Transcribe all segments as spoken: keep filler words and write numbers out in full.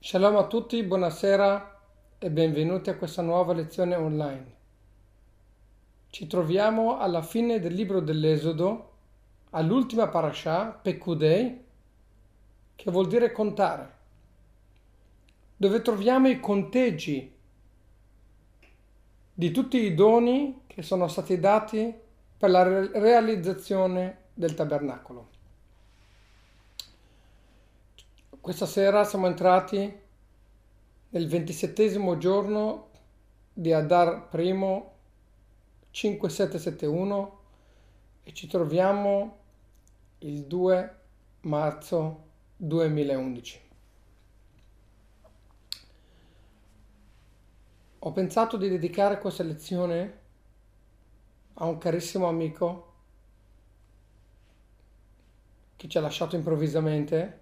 Shalom a tutti, buonasera e benvenuti a questa nuova lezione online. Ci troviamo alla fine del libro dell'Esodo, all'ultima parashà, Pekudei, che vuol dire contare, dove troviamo i conteggi di tutti i doni che sono stati dati per la re- realizzazione del tabernacolo. Questa sera siamo entrati nel ventisettesimo giorno di Adar I cinquemilasettecentosettantuno e ci troviamo il due marzo duemilaundici. Ho pensato di dedicare questa lezione a un carissimo amico che ci ha lasciato improvvisamente.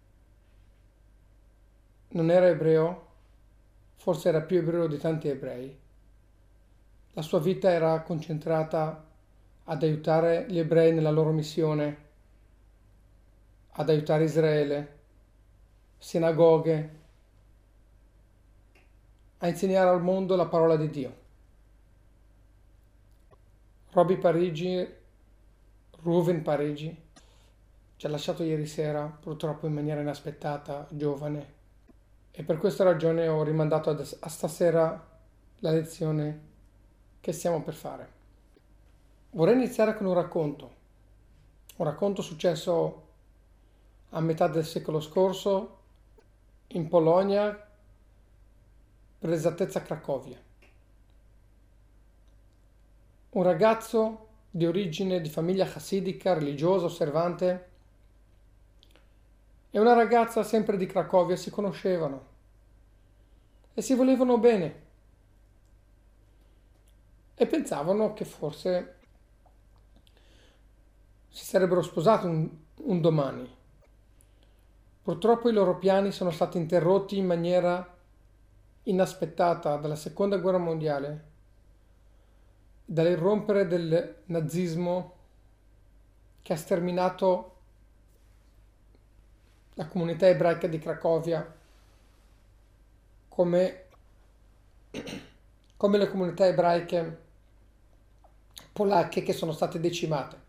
Non era ebreo, forse era più ebreo di tanti ebrei. La sua vita era concentrata ad aiutare gli ebrei nella loro missione, ad aiutare Israele, sinagoghe, a insegnare al mondo la parola di Dio. Roby Parigi, Ruven Parigi, ci ha lasciato ieri sera, purtroppo in maniera inaspettata, giovane, e per questa ragione ho rimandato a stasera la lezione che stiamo per fare. Vorrei iniziare con un racconto, un racconto successo a metà del secolo scorso in Polonia, per esattezza Cracovia. Un ragazzo di origine di famiglia chassidica, religiosa, osservante, e una ragazza sempre di Cracovia si conoscevano e si volevano bene e pensavano che forse si sarebbero sposati un, un domani. Purtroppo i loro piani sono stati interrotti in maniera inaspettata dalla seconda guerra mondiale, dall'irrompere del nazismo che ha sterminato la comunità ebraica di Cracovia come, come le comunità ebraiche polacche che sono state decimate.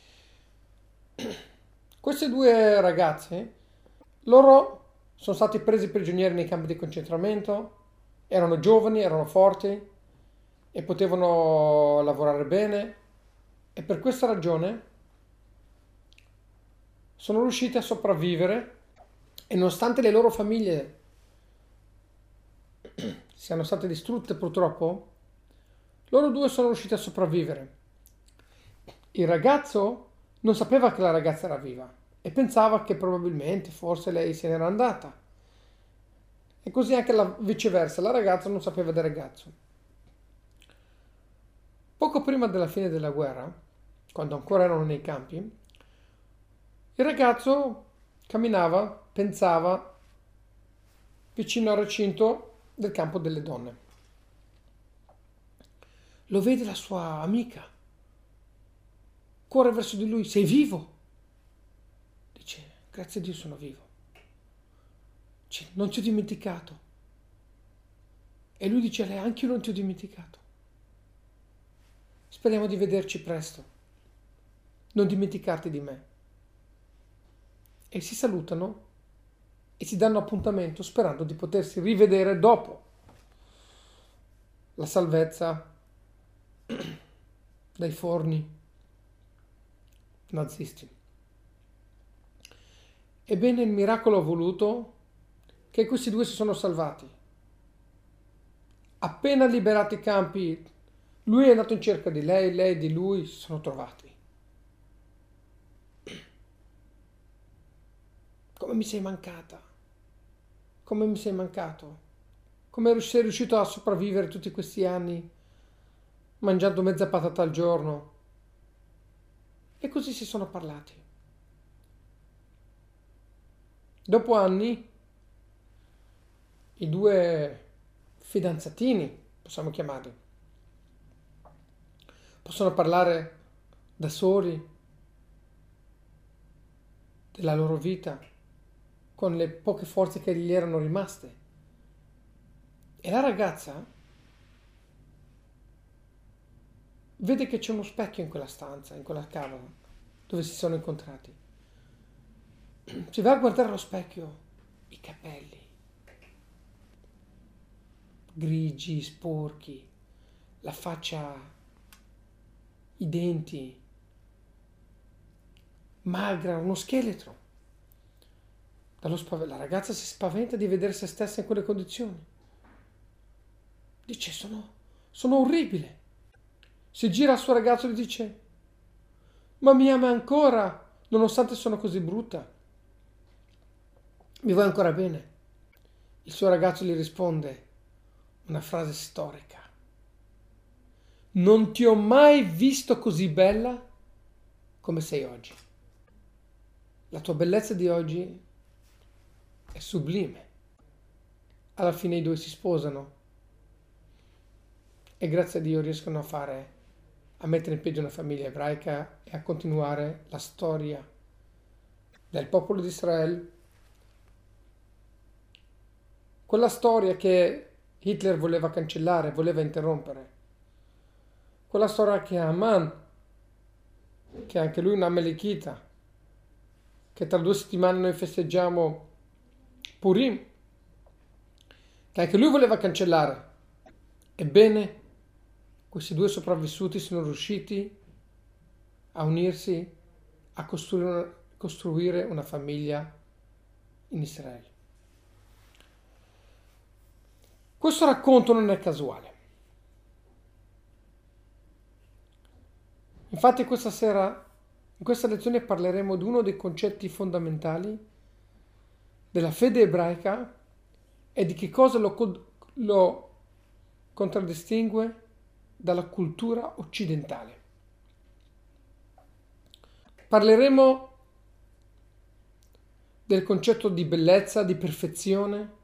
Questi due ragazzi, loro sono stati presi prigionieri nei campi di concentramento, erano giovani, erano forti e potevano lavorare bene e per questa ragione sono riusciti a sopravvivere e nonostante le loro famiglie siano state distrutte purtroppo, loro due sono riusciti a sopravvivere. Il ragazzo non sapeva che la ragazza era viva e pensava che probabilmente forse lei se n'era andata. E così anche la viceversa, la ragazza non sapeva del ragazzo. Poco prima della fine della guerra, quando ancora erano nei campi, il ragazzo camminava, pensava, vicino al recinto del campo delle donne. Lo vede la sua amica, corre verso di lui: sei vivo? Dice: grazie a Dio sono vivo. Dice: non ti ho dimenticato. E lui dice a lei: anche io non ti ho dimenticato. Speriamo di vederci presto. Non dimenticarti di me. E si salutano e si danno appuntamento sperando di potersi rivedere dopo la salvezza dai forni nazisti. Ebbene, il miracolo ha voluto che questi due si sono salvati. Appena liberati i campi, lui è andato in cerca di lei, lei di lui, si sono trovati. Come mi sei mancata? Come mi sei mancato? Come sei riuscito a sopravvivere tutti questi anni mangiando mezza patata al giorno? E così si sono parlati. Dopo anni, i due fidanzatini, possiamo chiamarli, possono parlare da soli della loro vita, con le poche forze che gli erano rimaste. E la ragazza vede che c'è uno specchio in quella stanza, in quella camera, dove si sono incontrati. Si va a guardare allo specchio, i capelli, grigi, sporchi, la faccia, i denti, magra, uno scheletro. Dallo spav- la ragazza si spaventa di vedere se stessa in quelle condizioni. Dice, sono, sono orribile. Si gira al suo ragazzo e gli dice, ma mi ama ancora, nonostante sono così brutta. Mi vuoi ancora bene? Il suo ragazzo gli risponde una frase storica. Non ti ho mai visto così bella come sei oggi. La tua bellezza di oggi è sublime. Alla fine i due si sposano e grazie a Dio riescono a fare, a mettere in piedi una famiglia ebraica e a continuare la storia del popolo di Israele. Quella storia che Hitler voleva cancellare, voleva interrompere. Quella storia che Haman, che anche lui è un Amalekita, che tra due settimane noi festeggiamo Purim, che anche lui voleva cancellare. Ebbene, questi due sopravvissuti sono riusciti a unirsi, a costruire una, costruire una famiglia in Israele. Questo racconto non è casuale. Infatti questa sera, in questa lezione parleremo di uno dei concetti fondamentali della fede ebraica e di che cosa lo, lo contraddistingue dalla cultura occidentale. Parleremo del concetto di bellezza, di perfezione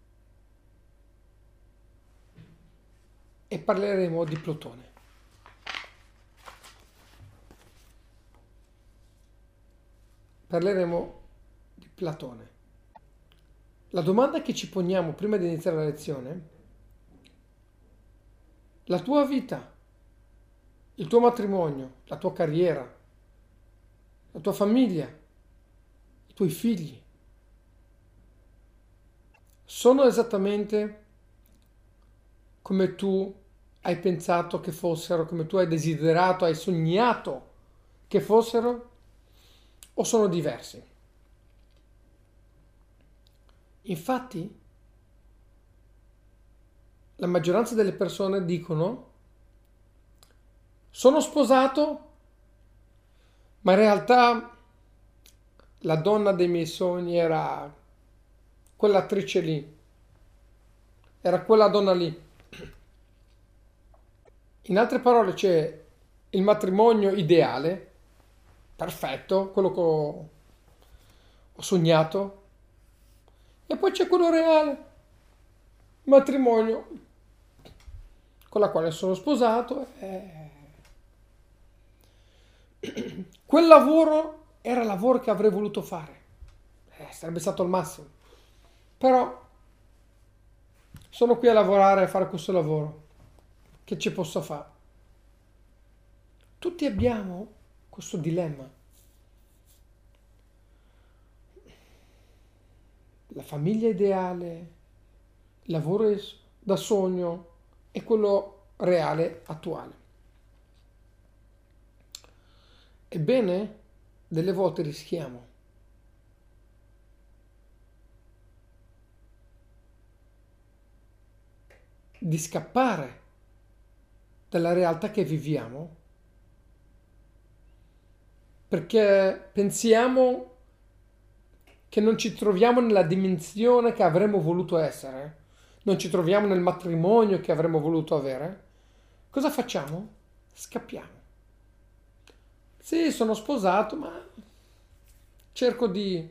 e parleremo di Plutone. Parleremo di Platone. La domanda che ci poniamo prima di iniziare la lezione: la tua vita, il tuo matrimonio, la tua carriera, la tua famiglia, i tuoi figli, sono esattamente come tu hai pensato che fossero, come tu hai desiderato, hai sognato che fossero, o sono diversi? Infatti, la maggioranza delle persone dicono: sono sposato, ma in realtà la donna dei miei sogni era quell'attrice lì, era quella donna lì. In altre parole, c'è il matrimonio ideale, perfetto, quello che ho, ho sognato, e poi c'è quello reale, matrimonio con la quale sono sposato. E quel lavoro era il lavoro che avrei voluto fare, eh, sarebbe stato il massimo, però sono qui a lavorare, a fare questo lavoro, che ci posso fare? Tutti abbiamo questo dilemma. La famiglia ideale, il lavoro da sogno e quello reale, attuale. Ebbene, delle volte rischiamo di scappare dalla realtà che viviamo perché pensiamo che non ci troviamo nella dimensione che avremmo voluto essere, non ci troviamo nel matrimonio che avremmo voluto avere. Cosa facciamo? Scappiamo. Sì, sono sposato, ma cerco di,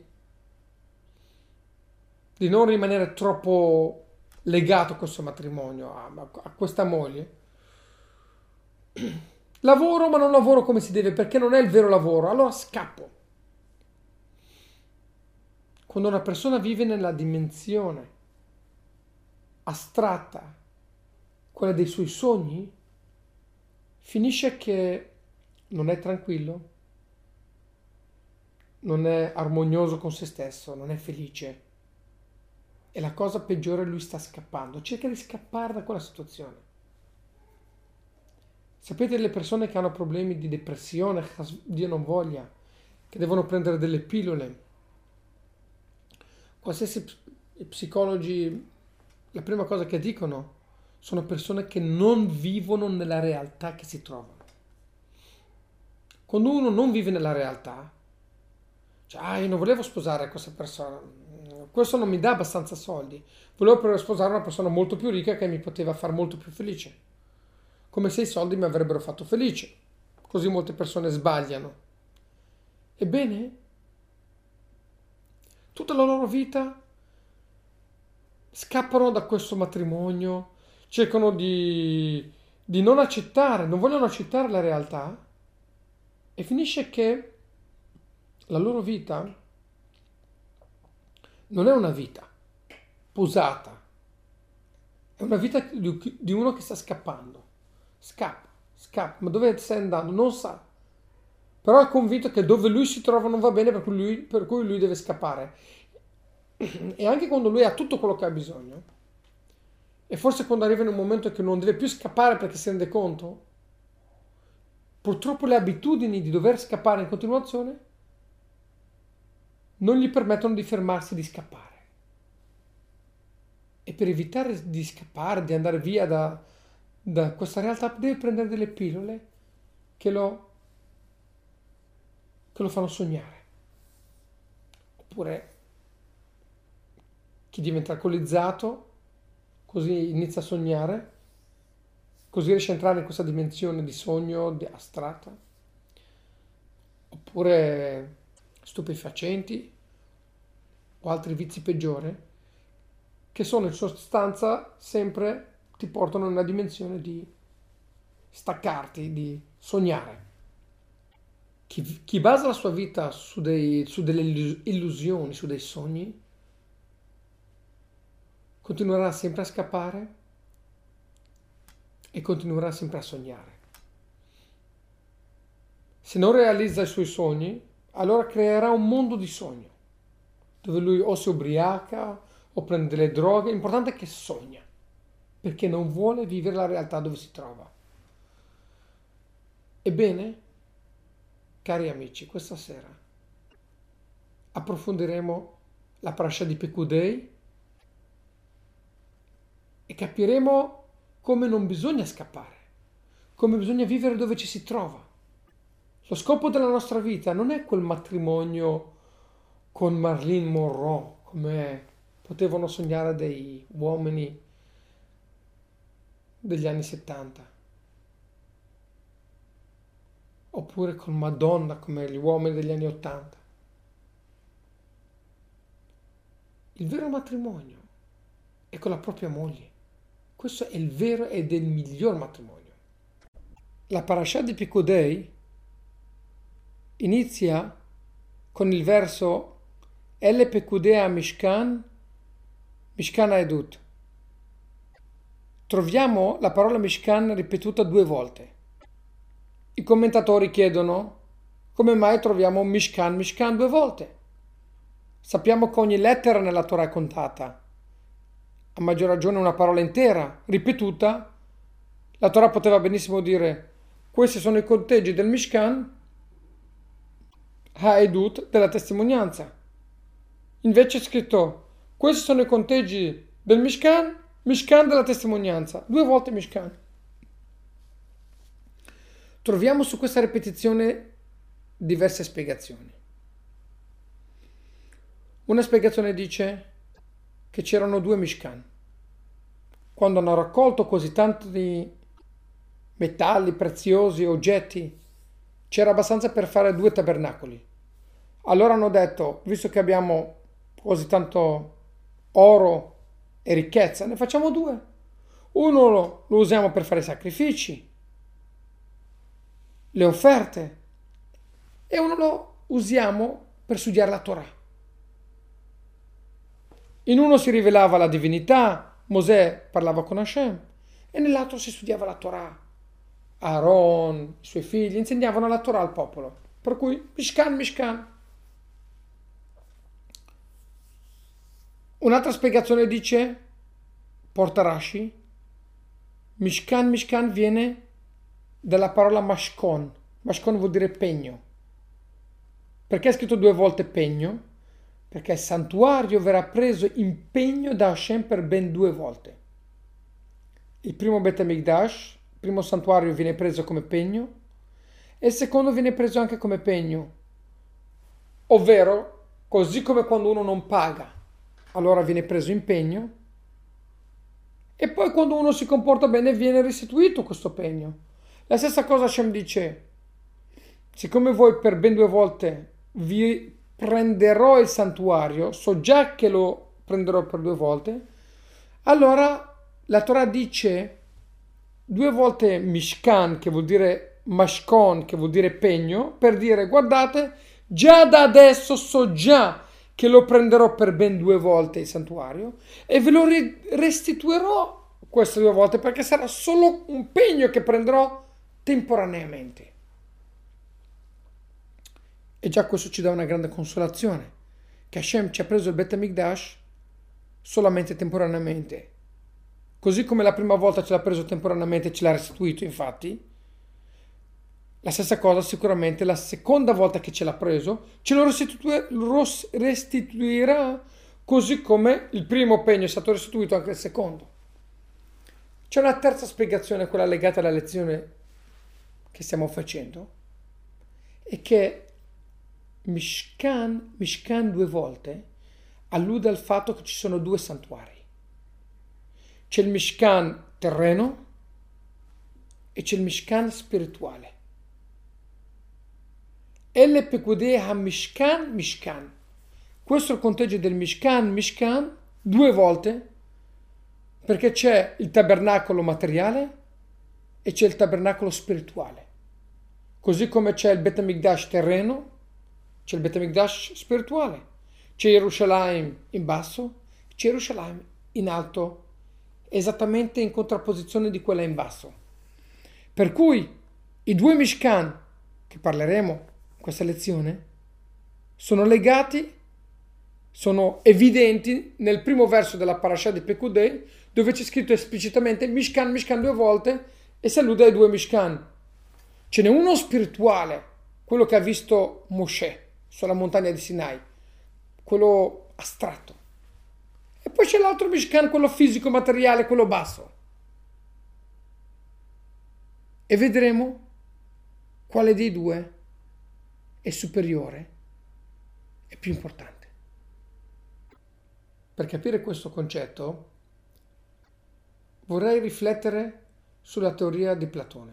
di non rimanere troppo legato a questo matrimonio, a, a questa moglie. Lavoro, ma non lavoro come si deve, perché non è il vero lavoro. Allora scappo. Quando una persona vive nella dimensione astratta, quella dei suoi sogni, finisce che non è tranquillo, non è armonioso con se stesso, non è felice. E la cosa peggiore, lui sta scappando, cerca di scappare da quella situazione. Sapete, le persone che hanno problemi di depressione, Dio non voglia, che devono prendere delle pillole, qualsiasi psicologi, la prima cosa che dicono sono persone che non vivono nella realtà che si trovano. Quando uno non vive nella realtà, cioè, ah, io non volevo sposare questa persona, questo non mi dà abbastanza soldi, volevo sposare una persona molto più ricca che mi poteva far molto più felice, come se i soldi mi avrebbero fatto felice. Così molte persone sbagliano. Ebbene, tutta la loro vita scappano da questo matrimonio, cercano di, di non accettare, non vogliono accettare la realtà, e finisce che la loro vita non è una vita posata, è una vita di uno che sta scappando, scappa, scappa, ma dove stai andando? Non sa, però è convinto che dove lui si trova non va bene, per cui lui, per cui lui deve scappare. E anche quando lui ha tutto quello che ha bisogno, e forse quando arriva in un momento che non deve più scappare perché si rende conto, purtroppo le abitudini di dover scappare in continuazione non gli permettono di fermarsi, di scappare. E per evitare di scappare, di andare via da, da questa realtà, deve prendere delle pillole che lo, che lo fanno sognare. Oppure chi diventa alcolizzato, così inizia a sognare, così riesce a entrare in questa dimensione di sogno astratta. Oppure stupefacenti o altri vizi peggiori, che sono in sostanza sempre ti portano in una dimensione di staccarti, di sognare. Chi, chi basa la sua vita su, dei, su delle illusioni, su dei sogni, continuerà sempre a scappare e continuerà sempre a sognare. Se non realizza i suoi sogni, allora creerà un mondo di sogno, dove lui o si ubriaca o prende delle droghe. L'importante è che sogna, perché non vuole vivere la realtà dove si trova. Ebbene, cari amici, questa sera approfondiremo la parasha di Pekudei e capiremo come non bisogna scappare, come bisogna vivere dove ci si trova. Lo scopo della nostra vita non è quel matrimonio con Marilyn Monroe, come potevano sognare dei uomini degli anni settanta, oppure con Madonna, come gli uomini degli anni ottanta. Il vero matrimonio è con la propria moglie. Questo è il vero ed è il miglior matrimonio. La parasha di Pekudei inizia con il verso El Pekudei Mishkan, Mishkan Haedut. Troviamo la parola Mishkan ripetuta due volte. I commentatori chiedono come mai troviamo Mishkan, Mishkan due volte. Sappiamo che ogni lettera nella Torah è contata. A maggior ragione una parola intera, ripetuta. La Torah poteva benissimo dire: questi sono i conteggi del Mishkan, Haedut, della testimonianza. Invece è scritto: questi sono i conteggi del Mishkan, Mishkan della testimonianza. Due volte Mishkan. Troviamo su questa ripetizione diverse spiegazioni. Una spiegazione dice che c'erano due Mishkan. Quando hanno raccolto così tanti metalli preziosi, oggetti, c'era abbastanza per fare due tabernacoli. Allora hanno detto: visto che abbiamo così tanto oro e ricchezza, ne facciamo due. Uno lo, lo usiamo per fare i sacrifici, le offerte, e uno lo usiamo per studiare la Torah. In uno si rivelava la divinità, Mosè parlava con Hashem, e nell'altro si studiava la Torah. Aaron, i suoi figli, insegnavano la Torah al popolo. Per cui, Mishkan, Mishkan. Un'altra spiegazione dice, porta Rashi, Mishkan, Mishkan viene dalla parola Mashkon. Mashkon vuol dire pegno. Perché è scritto due volte pegno? Perché il santuario verrà preso in pegno da Hashem per ben due volte. Il primo Bet HaMikdash, il primo santuario viene preso come pegno e il secondo viene preso anche come pegno. Ovvero, così come quando uno non paga, allora viene preso in pegno, e poi quando uno si comporta bene viene restituito questo pegno. La stessa cosa Hashem dice, siccome voi per ben due volte vi prenderò il santuario, so già che lo prenderò per due volte, allora la Torah dice due volte Mishkan, che vuol dire Mashkon, che vuol dire pegno, per dire guardate, già da adesso so già che lo prenderò per ben due volte il santuario e ve lo restituirò queste due volte perché sarà solo un pegno che prenderò temporaneamente. E già questo ci dà una grande consolazione, che Hashem ci ha preso il Bet HaMikdash solamente temporaneamente. Così come la prima volta ce l'ha preso temporaneamente e ce l'ha restituito, infatti, la stessa cosa sicuramente la seconda volta che ce l'ha preso ce lo restituirà, così come il primo pegno è stato restituito anche il secondo. C'è una terza spiegazione, quella legata alla lezione che stiamo facendo, e che Mishkan, Mishkan due volte allude al fatto che ci sono due santuari. C'è il Mishkan terreno e c'è il Mishkan spirituale. Elle Pekudei ha-Mishkan, Mishkan. Questo è il conteggio del Mishkan, Mishkan, due volte, perché c'è il tabernacolo materiale e c'è il tabernacolo spirituale. Così come c'è il Bet HaMikdash terreno, c'è il Bet HaMikdash spirituale. C'è Gerusalemme in basso, c'è Gerusalemme in alto, esattamente in contrapposizione di quella in basso. Per cui i due Mishkan, che parleremo in questa lezione, sono legati, sono evidenti nel primo verso della parasha di Pekudei, dove c'è scritto esplicitamente Mishkan, Mishkan due volte, e si allude ai due Mishkan. Ce n'è uno spirituale, quello che ha visto Mosè sulla montagna di Sinai, quello astratto. E poi c'è l'altro Mishkan, quello fisico, materiale, quello basso. E vedremo quale dei due è superiore e più importante. Per capire questo concetto vorrei riflettere sulla teoria di Platone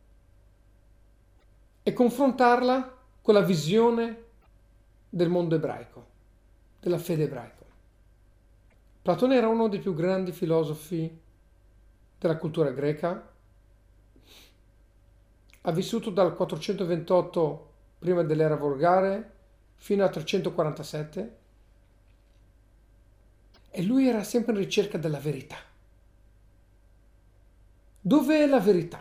e confrontarla con la visione del mondo ebraico, della fede ebraica. Platone era uno dei più grandi filosofi della cultura greca, ha vissuto dal quattrocentoventotto prima dell'era volgare fino al trecentoquarantasette e lui era sempre in ricerca della verità. Dove è la verità?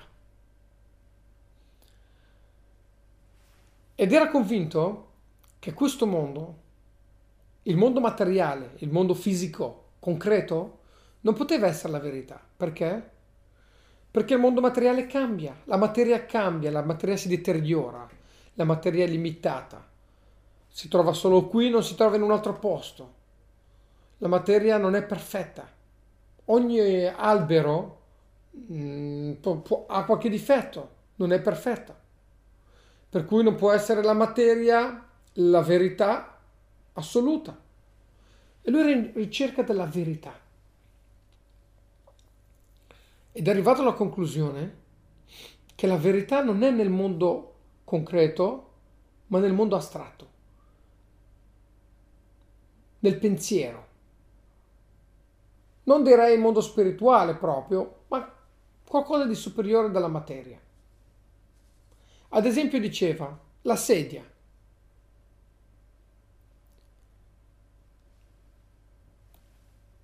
Ed era convinto che questo mondo, il mondo materiale, il mondo fisico, concreto, non poteva essere la verità. Perché? Perché il mondo materiale cambia, la materia cambia, la materia si deteriora, la materia è limitata, si trova solo qui, non si trova in un altro posto. La materia non è perfetta. Ogni albero mh, può, può, ha qualche difetto, non è perfetta. Per cui non può essere la materia la verità assoluta. E lui era in ricerca della verità. Ed è arrivato alla conclusione che la verità non è nel mondo concreto, ma nel mondo astratto, nel pensiero. Non direi il mondo spirituale proprio, ma qualcosa di superiore dalla materia. Ad esempio diceva, la sedia.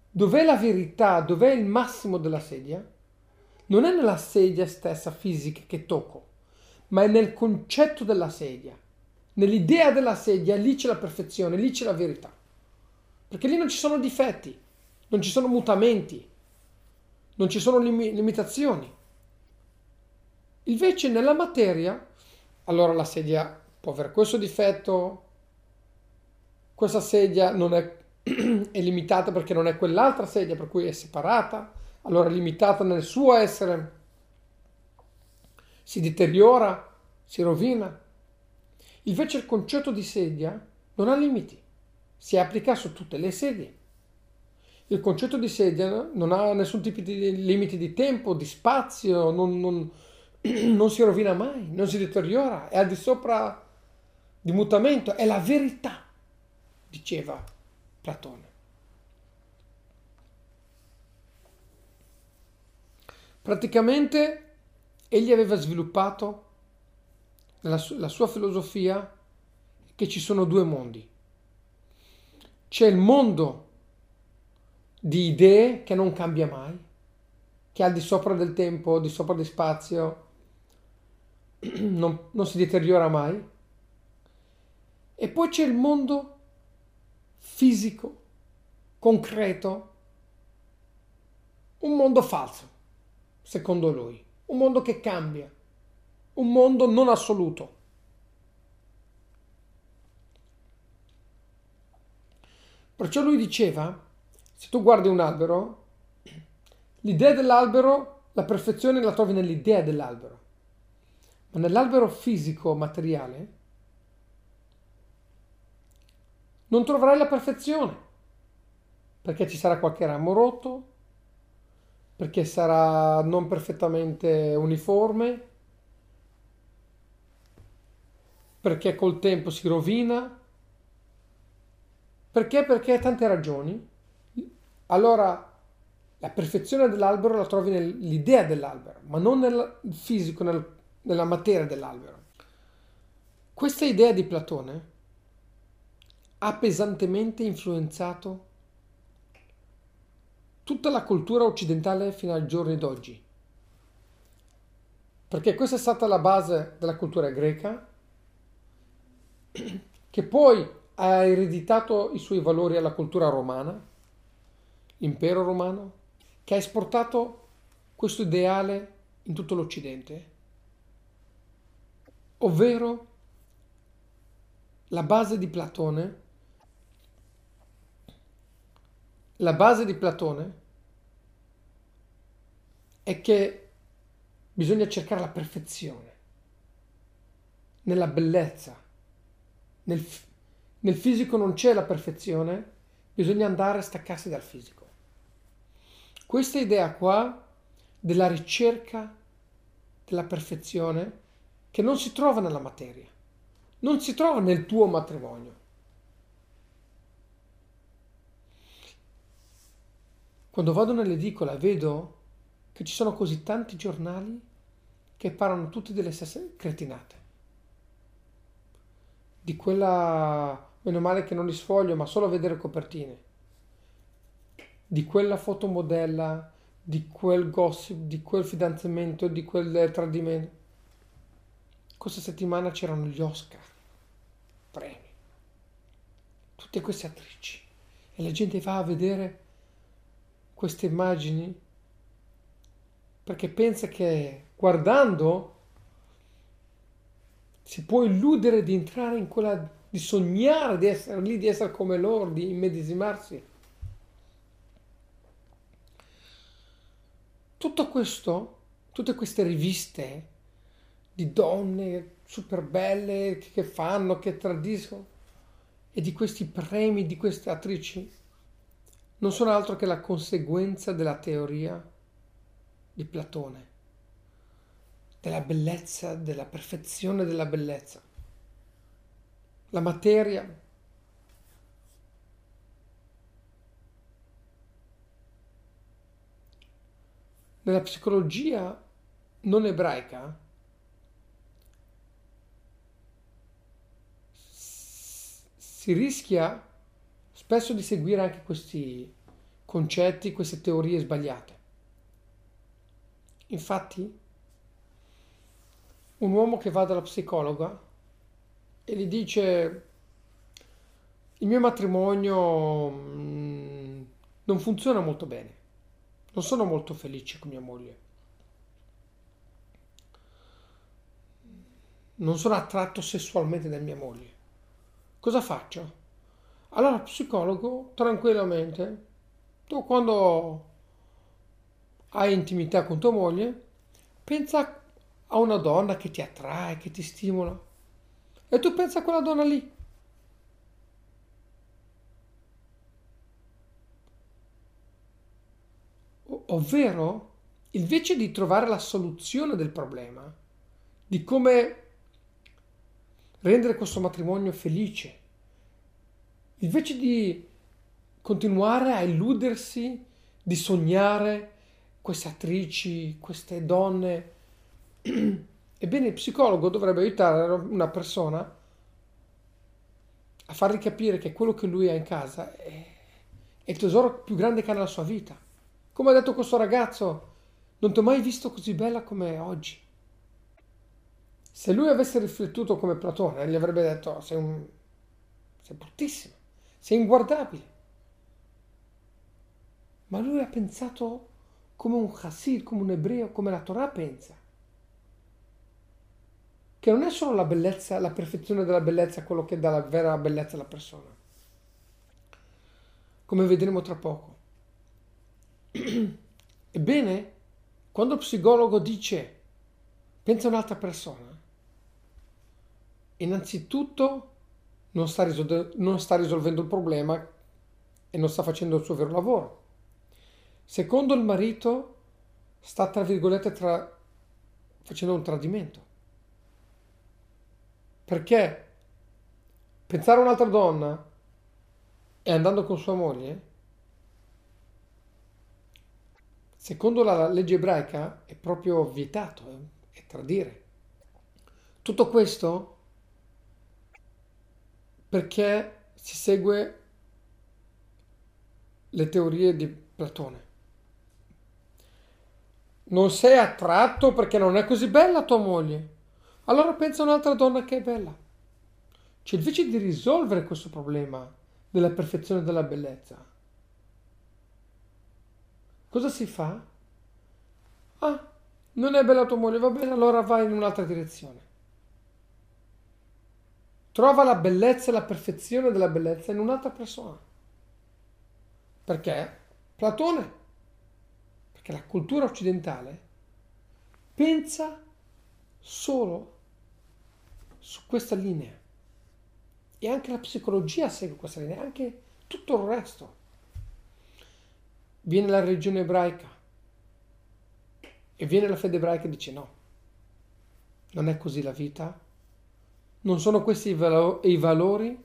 Dov'è la verità? Dov'è il massimo della sedia? Non è nella sedia stessa fisica che tocco, ma è nel concetto della sedia. Nell'idea della sedia, lì c'è la perfezione, lì c'è la verità. Perché lì non ci sono difetti, non ci sono mutamenti, non ci sono lim- limitazioni. Invece nella materia, allora la sedia può avere questo difetto, questa sedia non è, è limitata perché non è quell'altra sedia, per cui è separata, allora è limitata nel suo essere, si deteriora, si rovina. Invece il concetto di sedia non ha limiti, si applica su tutte le sedie. Il concetto di sedia non ha nessun tipo di limiti di tempo, di spazio, non, non- non si rovina mai, non si deteriora, è al di sopra di mutamento, è la verità, diceva Platone. Praticamente egli aveva sviluppato la, su- la sua filosofia che ci sono due mondi. C'è il mondo di idee che non cambia mai, che è al di sopra del tempo, al di sopra di spazio, non, non si deteriora mai. E poi c'è il mondo fisico, concreto, un mondo falso, secondo lui, un mondo che cambia, un mondo non assoluto. Perciò lui diceva, se tu guardi un albero, l'idea dell'albero, la perfezione la trovi nell'idea dell'albero, ma nell'albero fisico, materiale, non troverai la perfezione, perché ci sarà qualche ramo rotto, perché sarà non perfettamente uniforme, perché col tempo si rovina, perché? Perché tante ragioni. Allora, la perfezione dell'albero la trovi nell'idea dell'albero, ma non nel fisico, nel- nella materia dell'albero. Questa idea di Platone ha pesantemente influenzato tutta la cultura occidentale fino ai giorni d'oggi, perché questa è stata la base della cultura greca, che poi ha ereditato i suoi valori alla cultura romana, l'impero romano, che ha esportato questo ideale in tutto l'Occidente, ovvero la base di Platone, la base di Platone è che bisogna cercare la perfezione nella bellezza. Nel, nel fisico non c'è la perfezione, bisogna andare a staccarsi dal fisico. Questa idea qua della ricerca della perfezione che non si trova nella materia, non si trova nel tuo matrimonio. Quando vado nell'edicola vedo che ci sono così tanti giornali che parlano tutti delle stesse cretinate. Di quella, meno male che non li sfoglio, ma solo a vedere copertine. Di quella fotomodella, di quel gossip, di quel fidanzamento, di quel tradimento. Questa settimana c'erano gli Oscar, premi, tutte queste attrici. E la gente va a vedere queste immagini perché pensa che guardando si può illudere di entrare in quella, di sognare di essere lì, di essere come loro, di immedesimarsi. Tutto questo, tutte queste riviste di donne super belle che fanno, che tradiscono, e di questi premi, di queste attrici, non sono altro che la conseguenza della teoria di Platone, della bellezza, della perfezione della bellezza. La materia nella psicologia non ebraica si rischia spesso di seguire anche questi, concetti, queste teorie sbagliate. Infatti, un uomo che va dalla psicologa e gli dice il mio matrimonio mm, non funziona molto bene, non sono molto felice con mia moglie, non sono attratto sessualmente da mia moglie. Cosa faccio? Allora il psicologo, tranquillamente, tu quando hai intimità con tua moglie, pensa a una donna che ti attrae, che ti stimola. E tu pensa a quella donna lì. O- ovvero, invece di trovare la soluzione del problema, di come rendere questo matrimonio felice, invece di continuare a illudersi, di sognare queste attrici, queste donne, ebbene il psicologo dovrebbe aiutare una persona a fargli capire che quello che lui ha in casa è, è il tesoro più grande che ha nella sua vita. Come ha detto questo ragazzo, non ti ho mai visto così bella come oggi. Se lui avesse riflettuto come Platone, gli avrebbe detto sei, un, sei bruttissima, sei inguardabile. Ma lui ha pensato come un Hasid, come un ebreo, come la Torah pensa. Che non è solo la bellezza, la perfezione della bellezza, quello che dà la vera bellezza alla persona. Come vedremo tra poco. Ebbene, quando il psicologo dice pensa a un'altra persona, innanzitutto non sta, risol- non sta risolvendo il problema e non sta facendo il suo vero lavoro. Secondo il marito sta tra virgolette tra... facendo un tradimento. Perché pensare a un'altra donna e andando con sua moglie, secondo la legge ebraica, è proprio vietato, è, è tradire. Tutto questo perché si segue le teorie di Platone. Non sei attratto perché non è così bella tua moglie. Allora pensa a un'altra donna che è bella. Cioè, invece di risolvere questo problema della perfezione della bellezza, cosa si fa? Ah, non è bella tua moglie, va bene, allora vai in un'altra direzione. Trova la bellezza e la perfezione della bellezza in un'altra persona. Perché? Platone, perché la cultura occidentale pensa solo su questa linea. E anche la psicologia segue questa linea, anche tutto il resto. Viene la religione ebraica e viene la fede ebraica e dice no, non è così la vita, non sono questi i, valo- i valori,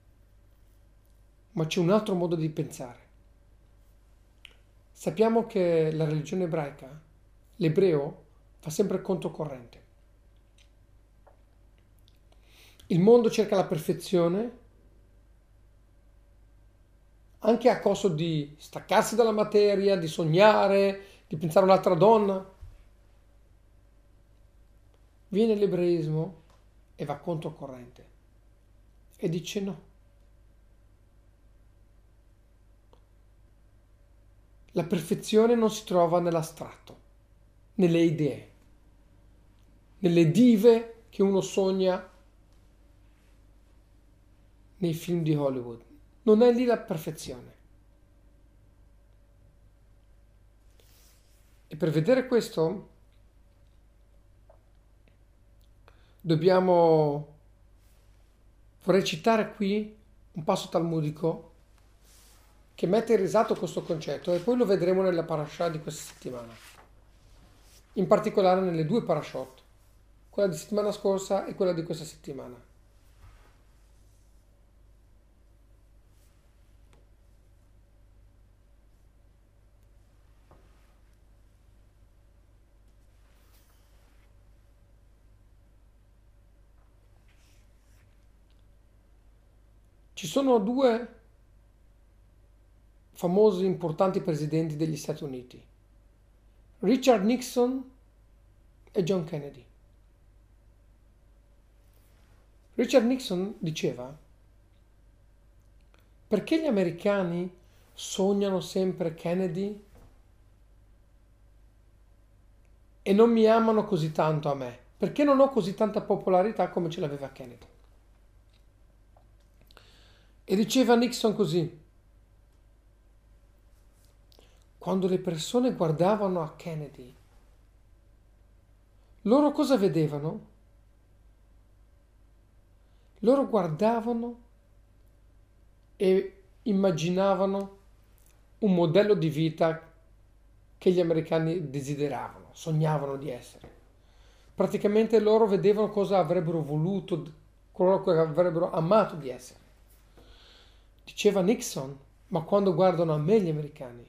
ma c'è un altro modo di pensare. Sappiamo che la religione ebraica, l'ebreo, fa sempre conto corrente. Il mondo cerca la perfezione anche a costo di staccarsi dalla materia, di sognare, di pensare a un'altra donna. Viene l'ebraismo e va controcorrente e dice no. La perfezione non si trova nell'astratto, nelle idee, nelle dive che uno sogna nei film di Hollywood. Non è lì la perfezione. E per vedere questo dobbiamo, vorrei citare qui un passo talmudico che mette in risalto questo concetto e poi lo vedremo nella parasha di questa settimana, in particolare nelle due parashot, quella di settimana scorsa e quella di questa settimana. Ci sono due famosi importanti presidenti degli Stati Uniti, Richard Nixon e John Kennedy. Richard Nixon diceva: perché gli americani sognano sempre Kennedy e non mi amano così tanto a me? Perché non ho così tanta popolarità come ce l'aveva Kennedy? E diceva Nixon così: quando le persone guardavano a Kennedy, loro cosa vedevano? Loro guardavano e immaginavano un modello di vita che gli americani desideravano, sognavano di essere. Praticamente loro vedevano cosa avrebbero voluto, quello che avrebbero amato di essere. Diceva Nixon: ma quando guardano a me gli americani,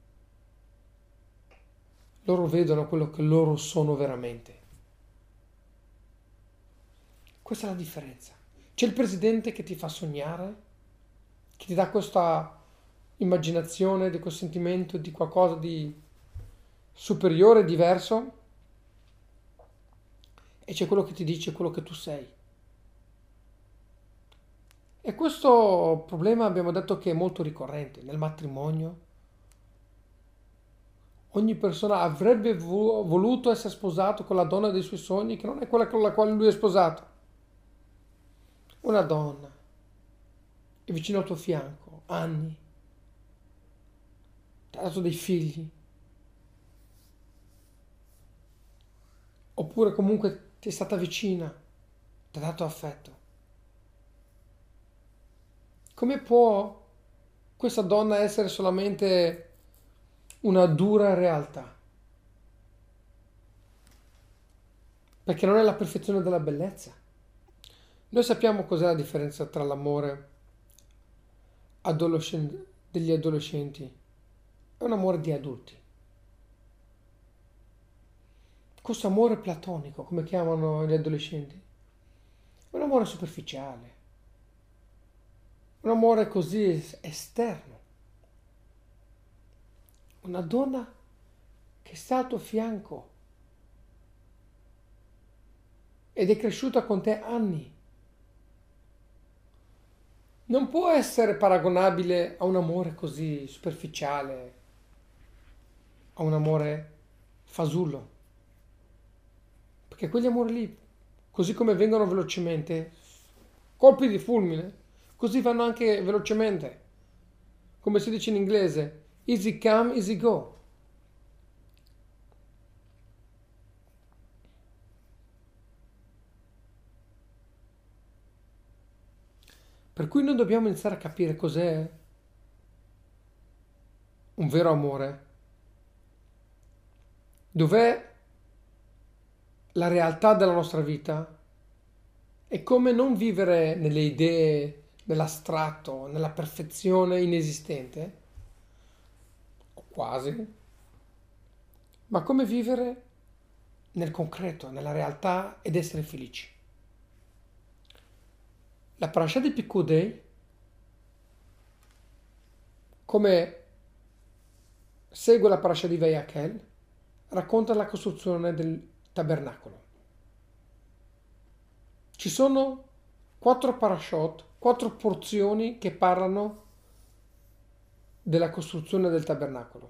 loro vedono quello che loro sono veramente. Questa è la differenza. C'è il presidente che ti fa sognare, che ti dà questa immaginazione, di questo sentimento di qualcosa di superiore, diverso, e c'è quello che ti dice quello che tu sei. E questo problema abbiamo detto che è molto ricorrente nel matrimonio. Ogni persona avrebbe voluto essere sposato con la donna dei suoi sogni, che non è quella con la quale lui è sposato. Una donna è vicino al tuo fianco, anni, ti ha dato dei figli, oppure comunque ti è stata vicina, ti ha dato affetto. Come può questa donna essere solamente una dura realtà? Perché non è la perfezione della bellezza. Noi sappiamo cos'è la differenza tra l'amore adolescen- degli adolescenti e un amore di adulti. Questo amore platonico, come chiamano gli adolescenti, è un amore superficiale, un amore così esterno. Una donna che sta al tuo fianco ed è cresciuta con te anni, non può essere paragonabile a un amore così superficiale, a un amore fasullo. Perché quegli amori lì, così come vengono velocemente, colpi di fulmine, così vanno anche velocemente. Come si dice in inglese, easy come, easy go. Per cui noi dobbiamo iniziare a capire cos'è un vero amore, dov'è la realtà della nostra vita e come non vivere nelle idee, nell'astratto, nella perfezione inesistente, o quasi, ma come vivere nel concreto, nella realtà ed essere felici. La parasha di Pikudei, come segue la parasha di Vayakhel, racconta la costruzione del tabernacolo. Ci sono quattro parashot, quattro porzioni che parlano della costruzione del tabernacolo.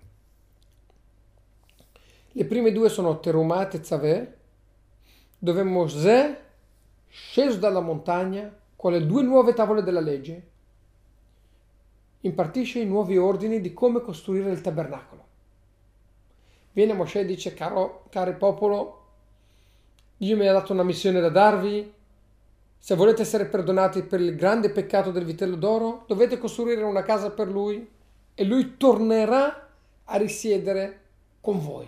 Le prime due sono Terumah e Tetzaveh, dove Mosè, sceso dalla montagna con le due nuove tavole della legge, impartisce i nuovi ordini di come costruire il tabernacolo. Viene Mosè e dice: caro, caro popolo, Dio mi ha dato una missione da darvi. Se volete essere perdonati per il grande peccato del vitello d'oro, dovete costruire una casa per lui e lui tornerà a risiedere con voi.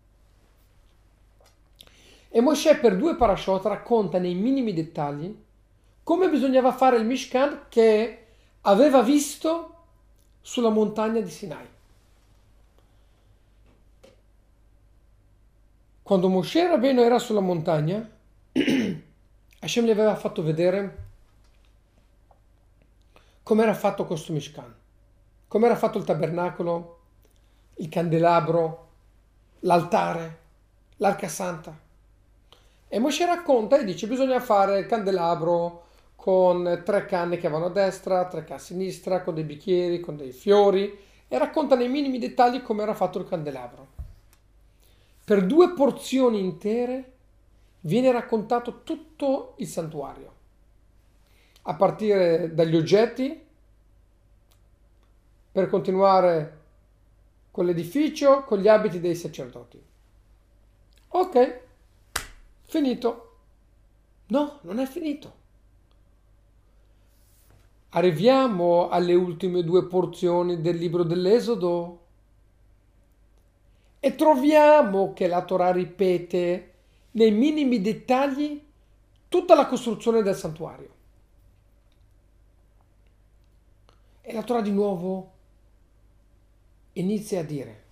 E Mosè per due parashot racconta nei minimi dettagli come bisognava fare il Mishkan che aveva visto sulla montagna di Sinai. Quando Mosè Rabbeinu era sulla montagna, Hashem gli aveva fatto vedere come era fatto questo Mishkan. come era fatto il tabernacolo, il candelabro, l'altare, l'arca santa. E Mosè racconta e dice bisogna fare il candelabro con tre canne che vanno a destra, tre che a sinistra, con dei bicchieri, con dei fiori, e racconta nei minimi dettagli come era fatto il candelabro. Per due porzioni intere viene raccontato tutto il santuario, a partire dagli oggetti, per continuare con l'edificio, con gli abiti dei sacerdoti. Ok, finito. No, non è finito. Arriviamo alle ultime due porzioni del libro dell'Esodo e troviamo che la Torah ripete nei minimi dettagli tutta la costruzione del santuario. E la Torah di nuovo inizia a dire: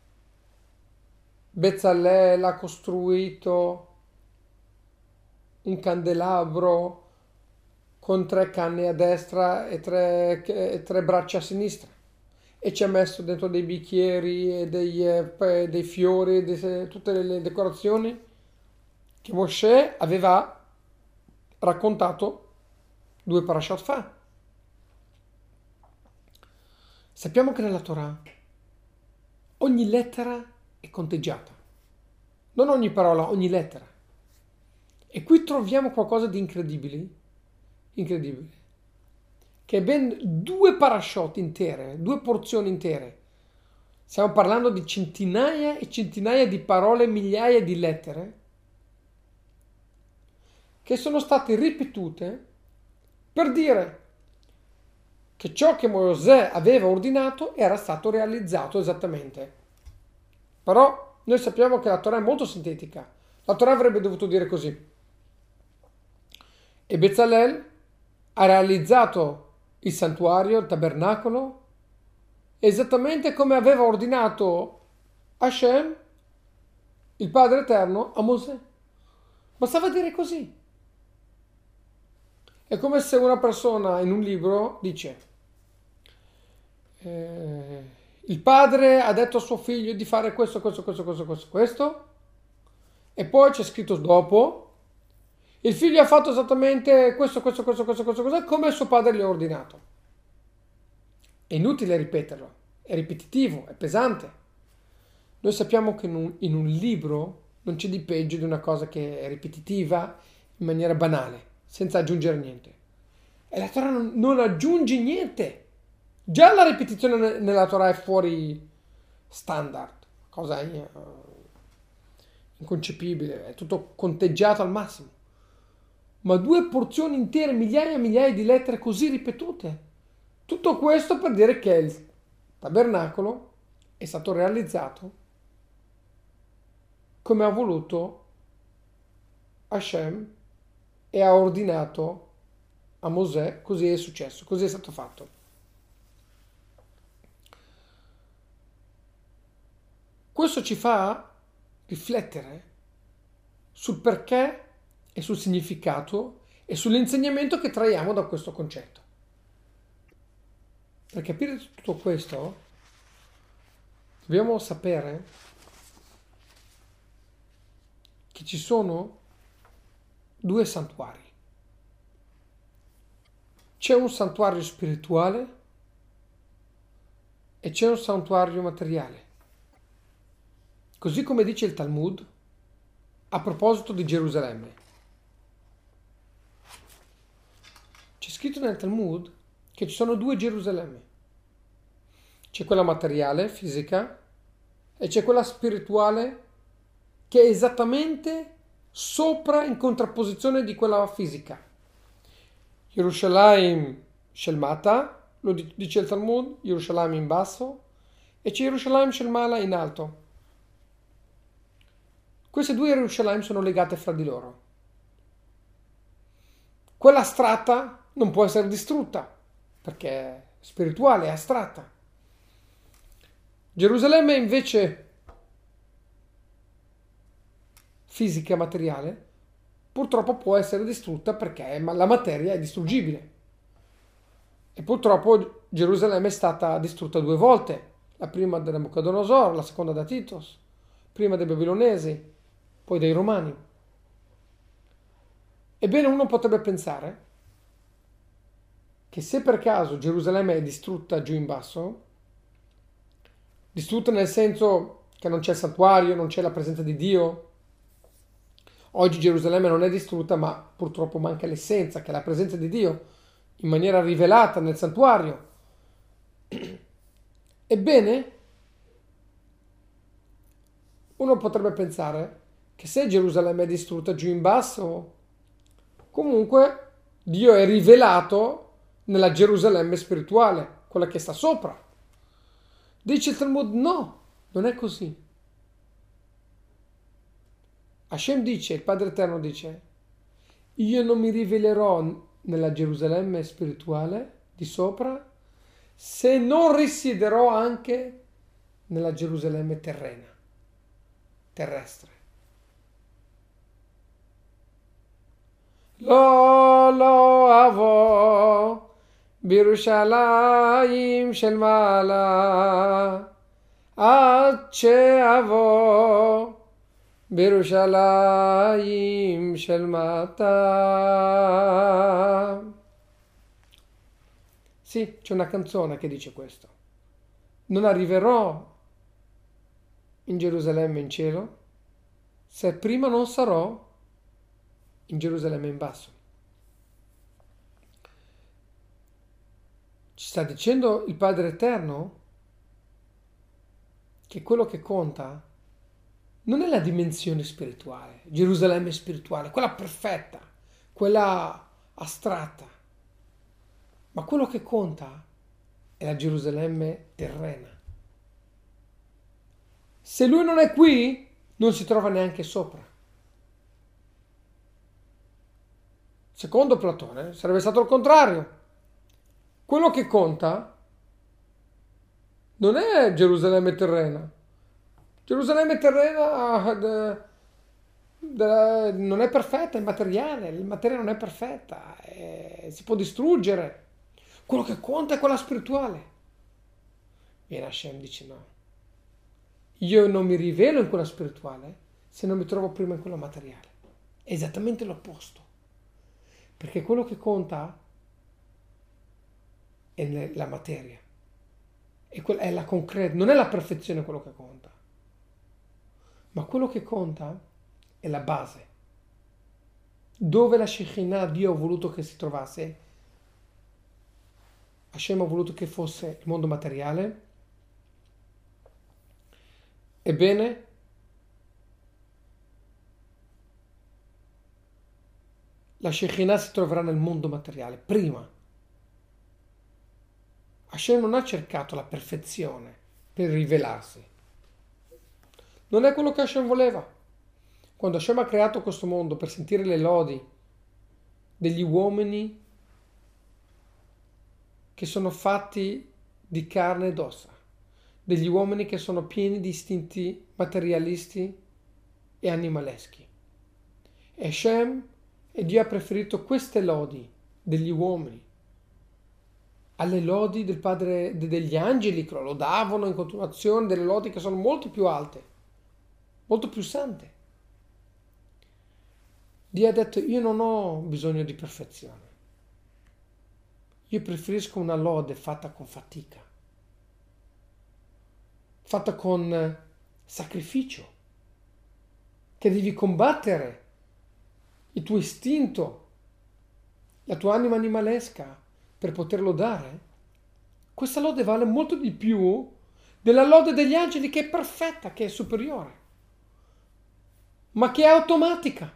Bezzalel ha costruito un candelabro con tre canne a destra e tre, e tre braccia a sinistra, e ci ha messo dentro dei bicchieri e dei, eh, dei fiori, dei, tutte le decorazioni che Mosè aveva raccontato due parashat fa. Sappiamo che nella Torah ogni lettera è conteggiata, non ogni parola, ogni lettera. E qui troviamo qualcosa di incredibile, incredibile, che ben due parashot intere, due porzioni intere. Stiamo parlando di centinaia e centinaia di parole, migliaia di lettere, che sono state ripetute per dire che ciò che Mosè aveva ordinato era stato realizzato esattamente. Però noi sappiamo che la Torah è molto sintetica. La Torah avrebbe dovuto dire così: e Bezzalel ha realizzato il santuario, il tabernacolo, esattamente come aveva ordinato Hashem, il Padre Eterno, a Mosè. Bastava dire così. È come se una persona in un libro dice: eh, il padre ha detto a suo figlio di fare questo, questo, questo, questo, questo, questo, e poi c'è scritto dopo: il figlio ha fatto esattamente questo, questo, questo, questo, questo, questo, come suo padre gli ha ordinato. È inutile ripeterlo, è ripetitivo, è pesante. Noi sappiamo che in un, in un libro non c'è di peggio di una cosa che è ripetitiva in maniera banale, senza aggiungere niente. E la Torah non, non aggiunge niente. Già la ripetizione nella Torah è fuori standard, cosa inconcepibile, è tutto conteggiato al massimo. Ma due porzioni intere, migliaia e migliaia di lettere così ripetute. Tutto questo per dire che il tabernacolo è stato realizzato come ha voluto Hashem e ha ordinato a Mosè, così è successo, così è stato fatto. Questo ci fa riflettere sul perché e sul significato e sull'insegnamento che traiamo da questo concetto. Per capire tutto questo dobbiamo sapere che ci sono due santuari. C'è un santuario spirituale e c'è un santuario materiale. Così come dice il Talmud a proposito di Gerusalemme. C'è scritto nel Talmud che ci sono due Gerusalemme. C'è quella materiale, fisica, e c'è quella spirituale che è esattamente sopra, in contrapposizione di quella fisica. Yerushalayim Shelmata, lo dice il Talmud, Yerushalayim in basso, e c'è Yerushalayim Shelmala in alto. Queste due Yerushalayim sono legate fra di loro. Quella astratta non può essere distrutta, perché è spirituale, è astratta. Gerusalemme invece fisica, materiale, purtroppo può essere distrutta perché la materia è distruggibile. E purtroppo Gerusalemme è stata distrutta due volte, la prima da Nabucodonosor, la seconda da Titos, prima dai Babilonesi, poi dai Romani. Ebbene, uno potrebbe pensare che se per caso Gerusalemme è distrutta giù in basso, distrutta nel senso che non c'è il santuario, non c'è la presenza di Dio. Oggi Gerusalemme non è distrutta, ma purtroppo manca l'essenza, che è la presenza di Dio in maniera rivelata nel santuario. Ebbene, uno potrebbe pensare che se Gerusalemme è distrutta giù in basso, comunque Dio è rivelato nella Gerusalemme spirituale, quella che sta sopra. Dice il Talmud, no, non è così. Hashem dice, il Padre Eterno dice, io non mi rivelerò nella Gerusalemme spirituale di sopra se non risiederò anche nella Gerusalemme terrena, terrestre. Lo lo avo בירושלים של מעלה, עד שאבוא בירושלים של מטה. Sì, c'è una canzone che dice questo. Non arriverò in Gerusalemme in cielo se prima non sarò in Gerusalemme in basso. Ci sta dicendo il Padre Eterno che quello che conta non è la dimensione spirituale, Gerusalemme spirituale, quella perfetta, quella astratta, ma quello che conta è la Gerusalemme terrena. Se lui non è qui, non si trova neanche sopra. Secondo Platone sarebbe stato il contrario. Quello che conta non è Gerusalemme terrena. Gerusalemme terrena de, de, non è perfetta, è materiale, il materiale non è perfetta, è, si può distruggere. Quello che conta è quella spirituale. Viene Hashem dice no. Io non mi rivelo in quella spirituale se non mi trovo prima in quella materiale. È esattamente l'opposto. Perché quello che conta è la materia. È, quella, è la concreta, non è la perfezione quello che conta. Ma quello che conta è la base. Dove la Shekinah Dio ha voluto che si trovasse? Hashem ha voluto che fosse il mondo materiale. Ebbene, la Shekinah si troverà nel mondo materiale prima. Hashem non ha cercato la perfezione per rivelarsi. Non è quello che Hashem voleva. Quando Hashem ha creato questo mondo per sentire le lodi degli uomini che sono fatti di carne ed ossa, degli uomini che sono pieni di istinti materialisti e animaleschi. E Hashem e Dio ha preferito queste lodi degli uomini alle lodi del padre degli angeli che lo lodavano in continuazione, delle lodi che sono molto più alte, molto più sante. Dio ha detto io non ho bisogno di perfezione, io preferisco una lode fatta con fatica, fatta con sacrificio, che devi combattere il tuo istinto, la tua anima animalesca per poterlo dare. Questa lode vale molto di più della lode degli angeli, che è perfetta, che è superiore, ma che è automatica,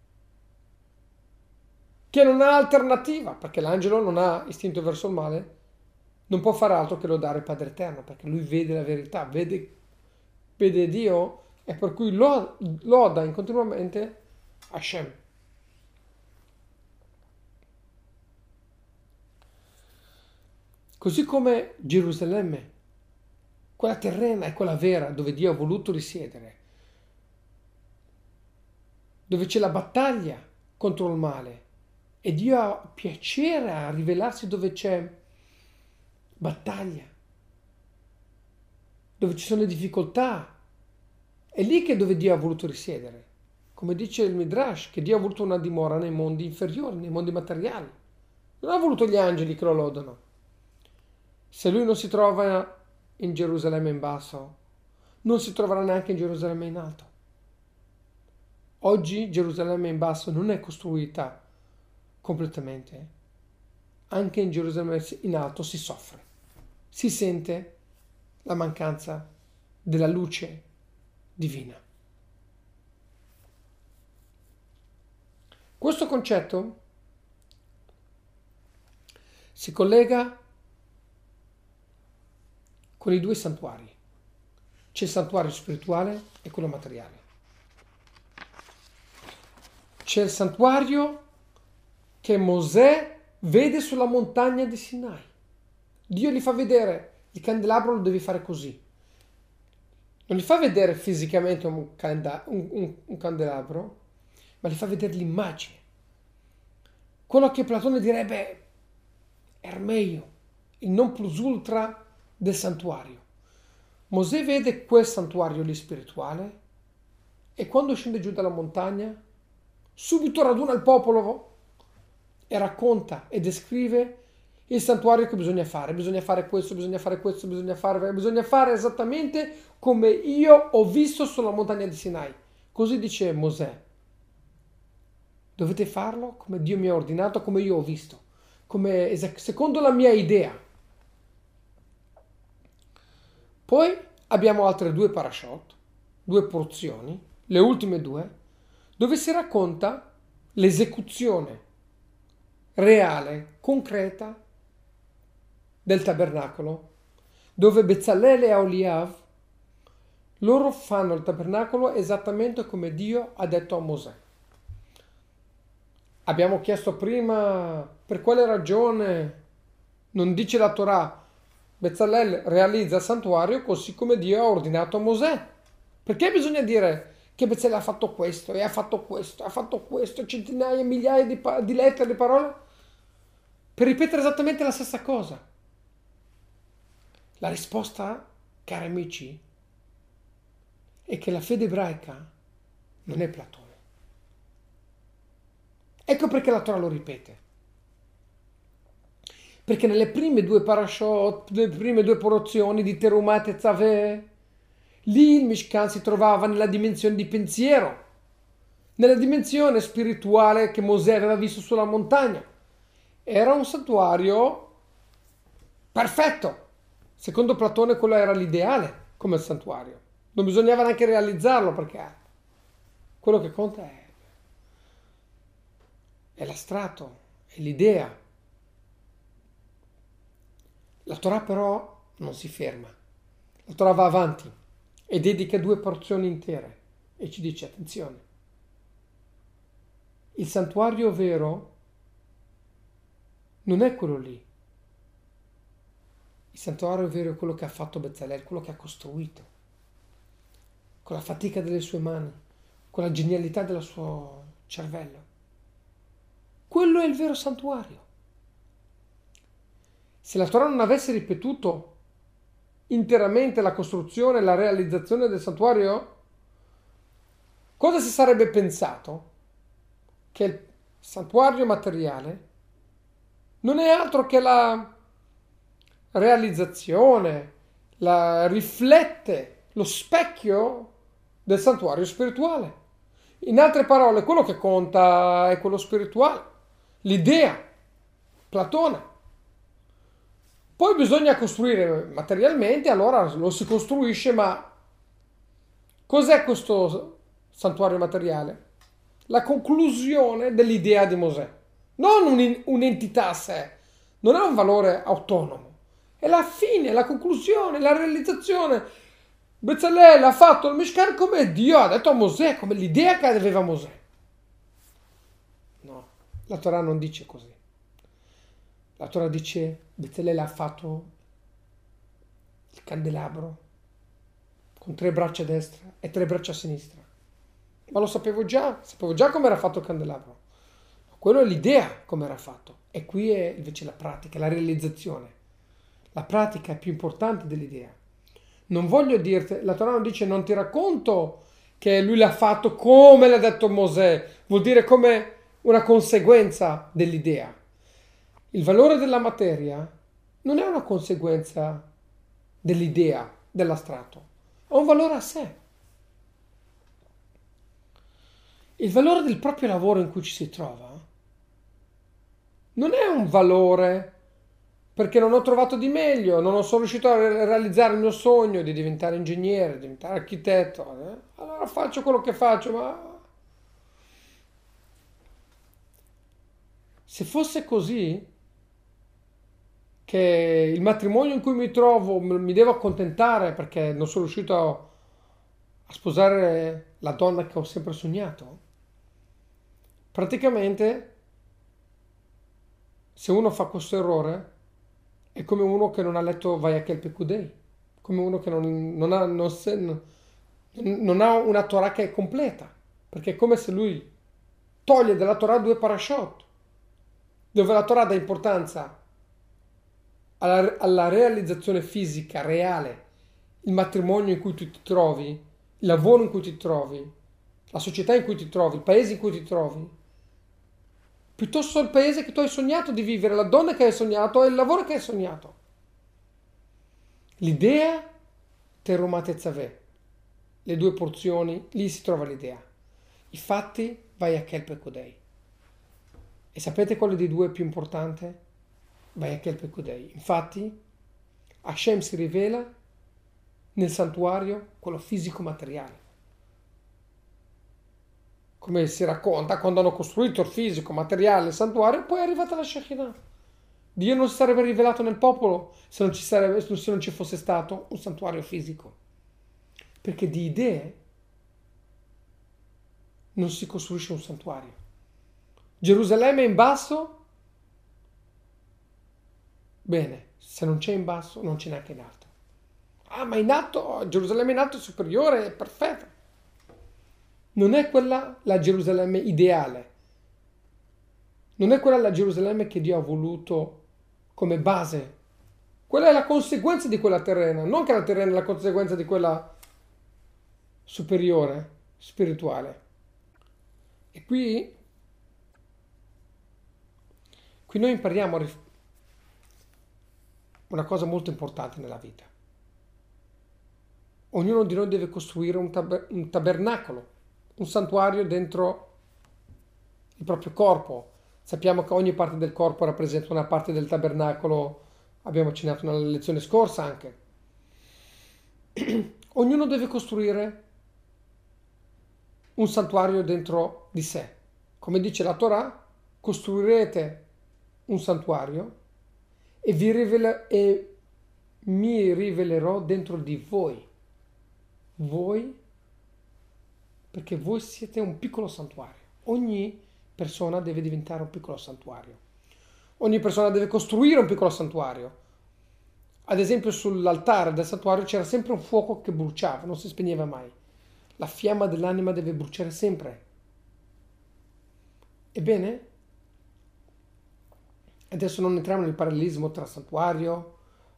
che non ha alternativa, perché l'angelo non ha istinto verso il male, non può fare altro che lodare il Padre Eterno, perché lui vede la verità, vede, vede Dio, e per cui lo, loda in continuamente Hashem. Così come Gerusalemme, quella terrena e quella vera, dove Dio ha voluto risiedere, dove c'è la battaglia contro il male, e Dio ha piacere a rivelarsi dove c'è battaglia, dove ci sono le difficoltà. È lì che dove Dio ha voluto risiedere. Come dice il Midrash, che Dio ha voluto una dimora nei mondi inferiori, nei mondi materiali. Non ha voluto gli angeli che lo lodano. Se lui non si trova in Gerusalemme in basso, non si troverà neanche in Gerusalemme in alto. Oggi Gerusalemme in basso non è costruita completamente. Anche in Gerusalemme in alto si soffre. Si sente la mancanza della luce divina. Questo concetto si collega con i due santuari. C'è il santuario spirituale e quello materiale. C'è il santuario che Mosè vede sulla montagna di Sinai. Dio gli fa vedere, il candelabro lo devi fare così. Non gli fa vedere fisicamente un, canda- un, un, un candelabro, ma gli fa vedere l'immagine. Quello che Platone direbbe Ermeio, il non plus ultra del santuario. Mosè vede quel santuario lì spirituale e quando scende giù dalla montagna subito raduna il popolo e racconta e descrive il santuario che bisogna fare. Bisogna fare questo, bisogna fare questo, bisogna fare, bisogna fare esattamente come io ho visto sulla montagna di Sinai. Così dice Mosè. Dovete farlo come Dio mi ha ordinato, come io ho visto, come, secondo la mia idea. Poi abbiamo altre due parashot, due porzioni, le ultime due, dove si racconta l'esecuzione reale, concreta del tabernacolo, dove Bezzalele e Aholiav, loro fanno il tabernacolo esattamente come Dio ha detto a Mosè. Abbiamo chiesto prima per quale ragione non dice la Torah Bezzalel realizza il santuario così come Dio ha ordinato a Mosè. Perché bisogna dire che Bezzalel ha fatto questo e ha fatto questo, ha fatto questo, centinaia, migliaia di, pa- di lettere, di parole, per ripetere esattamente la stessa cosa? La risposta, cari amici, è che la fede ebraica non è Platone. Ecco perché la Torah lo ripete. Perché nelle prime due parashot, nelle prime due porzioni di Terumat e Tzaveh, lì il Mishkan si trovava nella dimensione di pensiero, nella dimensione spirituale che Mosè aveva visto sulla montagna. Era un santuario perfetto. Secondo Platone quello era l'ideale come santuario. Non bisognava neanche realizzarlo perché quello che conta è, è l'astrato, è l'idea. La Torah però non si ferma. La Torah va avanti e dedica due porzioni intere e ci dice attenzione. Il santuario vero non è quello lì. Il santuario vero è quello che ha fatto Bezzalel, quello che ha costruito, con la fatica delle sue mani, con la genialità del suo cervello. Quello è il vero santuario. Se la Torah non avesse ripetuto interamente la costruzione e la realizzazione del santuario, cosa si sarebbe pensato? Che il santuario materiale non è altro che la realizzazione, la riflette lo specchio del santuario spirituale. In altre parole, quello che conta è quello spirituale, l'idea, Platone. Poi bisogna costruire materialmente, allora lo si costruisce, ma cos'è questo santuario materiale? La conclusione dell'idea di Mosè, non un, un'entità a sé, non è un valore autonomo, è la fine, la conclusione, la realizzazione. Bezzalel ha fatto il Mishkan come Dio ha detto a Mosè, come l'idea che aveva Mosè. No, la Torah non dice così. La Torah dice Bezzalel ha fatto il candelabro con tre braccia a destra e tre braccia a sinistra. Ma lo sapevo già, sapevo già come era fatto il candelabro. Quello è l'idea come era fatto. E qui è invece la pratica, la realizzazione. La pratica è più importante dell'idea. Non voglio dirti, la Torah non dice non ti racconto che lui l'ha fatto come l'ha detto Mosè, vuol dire come una conseguenza dell'idea. Il valore della materia non è una conseguenza dell'idea, dell'astratto, ha un valore a sé. Il valore del proprio lavoro in cui ci si trova non è un valore perché non ho trovato di meglio, non sono riuscito a re- realizzare il mio sogno di diventare ingegnere, di diventare architetto. eh. Allora faccio quello che faccio, ma se fosse così, che il matrimonio in cui mi trovo m- mi devo accontentare perché non sono riuscito a, a sposare la donna che ho sempre sognato, praticamente se uno fa questo errore è come uno che non ha letto Vayakhel Pekudei, come uno che non, non ha, non, se- non ha una Torah che è completa, perché è come se lui toglie dalla Torah due parashot, dove la Torah dà importanza alla, alla realizzazione fisica, reale, il matrimonio in cui tu ti trovi, il lavoro in cui ti trovi, la società in cui ti trovi, il paese in cui ti trovi, piuttosto il paese che tu hai sognato di vivere, la donna che hai sognato e il lavoro che hai sognato. L'idea, Terumat e Zaveh, le due porzioni, lì si trova l'idea. I fatti, vai a Kelpe Kodei. E sapete quale dei due è più importante? Vai a Kelpe Kodei. Infatti, Hashem si rivela nel santuario, quello fisico-materiale. Come si racconta, quando hanno costruito il fisico, materiale, il santuario, poi è arrivata la Shekinah. Dio non si sarebbe rivelato nel popolo se non ci, sarebbe, se non ci fosse stato un santuario fisico. Perché di idee non si costruisce un santuario. Gerusalemme è in basso? Bene, se non c'è in basso non c'è neanche in alto. Ah, ma in alto, Gerusalemme in alto è superiore, è perfetta. Non è quella la Gerusalemme ideale. Non è quella la Gerusalemme che Dio ha voluto come base. Quella è la conseguenza di quella terrena, non che la terrena è la conseguenza di quella superiore, spirituale. E qui, qui noi impariamo una cosa molto importante nella vita. Ognuno di noi deve costruire un, tab- un tabernacolo, un santuario dentro il proprio corpo. Sappiamo che ogni parte del corpo rappresenta una parte del tabernacolo, abbiamo accennato nella lezione scorsa anche. Ognuno deve costruire un santuario dentro di sé. Come dice la Torah, costruirete un santuario e, vi rivela- e mi rivelerò dentro di voi. Voi, perché voi siete un piccolo santuario. Ogni persona deve diventare un piccolo santuario. Ogni persona deve costruire un piccolo santuario. Ad esempio sull'altare del santuario c'era sempre un fuoco che bruciava, non si spegneva mai. La fiamma dell'anima deve bruciare sempre. Ebbene, adesso non entriamo nel parallelismo tra santuario,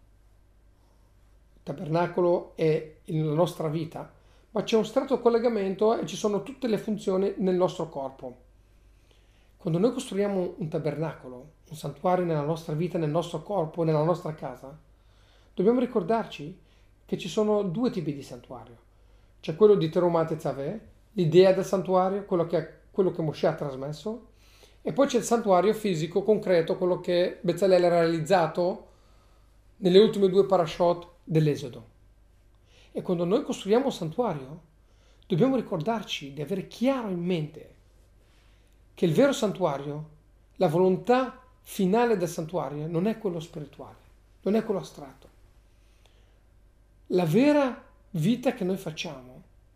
tabernacolo e la nostra vita, ma c'è un stretto collegamento e ci sono tutte le funzioni nel nostro corpo. Quando noi costruiamo un tabernacolo, un santuario nella nostra vita, nel nostro corpo, nella nostra casa, dobbiamo ricordarci che ci sono due tipi di santuario. C'è quello di Terumat e Zaveh, l'idea del santuario, quello che, quello che Moshe ha trasmesso, e poi c'è il santuario fisico, concreto, quello che Bezzalel ha realizzato nelle ultime due parashot dell'Esodo. E quando noi costruiamo un santuario, dobbiamo ricordarci di avere chiaro in mente che il vero santuario, la volontà finale del santuario, non è quello spirituale, non è quello astratto. La vera vita che noi facciamo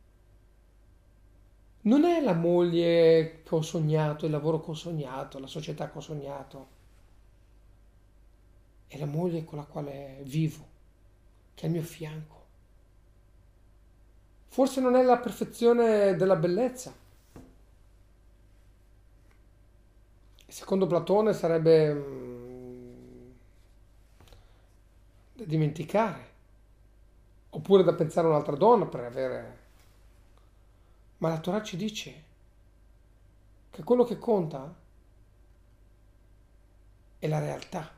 non è la moglie che ho sognato, il lavoro che ho sognato, la società che ho sognato. È la moglie con la quale vivo, che è al mio fianco. Forse non è la perfezione della bellezza. Secondo Platone sarebbe da dimenticare, oppure da pensare a un'altra donna per avere... Ma la Torah ci dice che quello che conta è la realtà,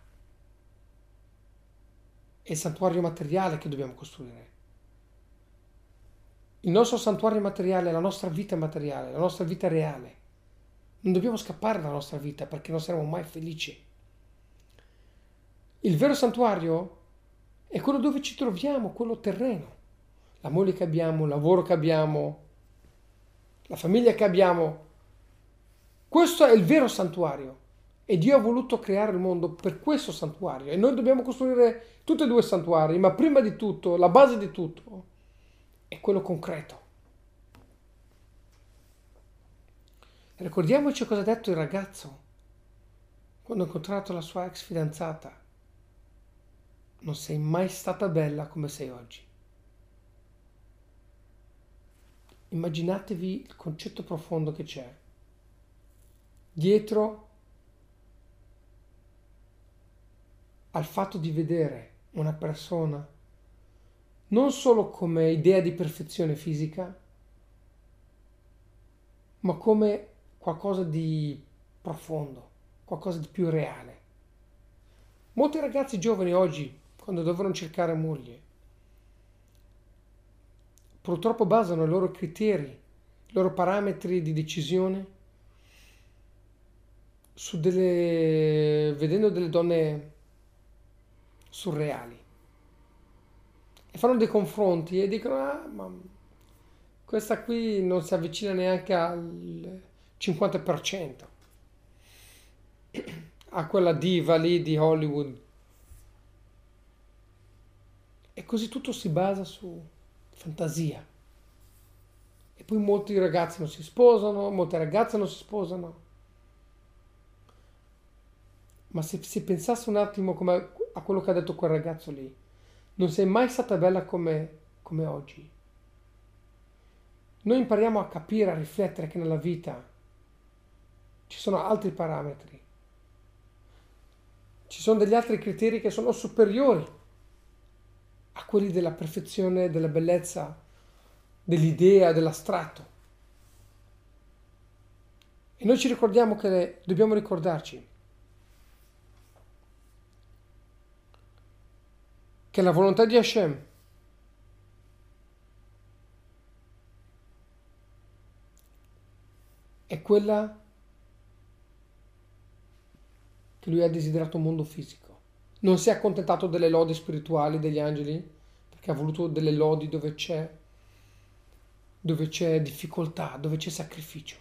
è il santuario materiale che dobbiamo costruire. Il nostro santuario materiale è la nostra vita materiale, la nostra vita reale. Non dobbiamo scappare dalla nostra vita perché non saremo mai felici. Il vero santuario è quello dove ci troviamo, quello terreno. La moglie che abbiamo, il lavoro che abbiamo, la famiglia che abbiamo. Questo è il vero santuario. E Dio ha voluto creare il mondo per questo santuario. E noi dobbiamo costruire tutti e due i santuari, ma prima di tutto, la base di tutto, è quello concreto. Ricordiamoci cosa ha detto il ragazzo quando ha incontrato la sua ex fidanzata. Non sei mai stata bella come sei oggi. Immaginatevi il concetto profondo che c'è dietro al fatto di vedere una persona non solo come idea di perfezione fisica, ma come qualcosa di profondo, qualcosa di più reale. Molti ragazzi giovani oggi, quando devono cercare moglie, purtroppo basano i loro criteri, i loro parametri di decisione su delle, vedendo delle donne surreali. E fanno dei confronti e dicono, ah, ma questa qui non si avvicina neanche al cinquanta per cento a quella diva lì di Hollywood. E così tutto si basa su fantasia. E poi molti ragazzi non si sposano, molte ragazze non si sposano. Ma se si pensasse un attimo come a quello che ha detto quel ragazzo lì, non sei mai stata bella come, come oggi. Noi impariamo a capire, a riflettere che nella vita ci sono altri parametri. Ci sono degli altri criteri che sono superiori a quelli della perfezione, della bellezza, dell'idea, dell'astratto. E noi ci ricordiamo che dobbiamo ricordarci che la volontà di Hashem è quella che lui ha desiderato un mondo fisico. Non si è accontentato delle lodi spirituali degli angeli, perché ha voluto delle lodi dove c'è dove c'è difficoltà, dove c'è sacrificio.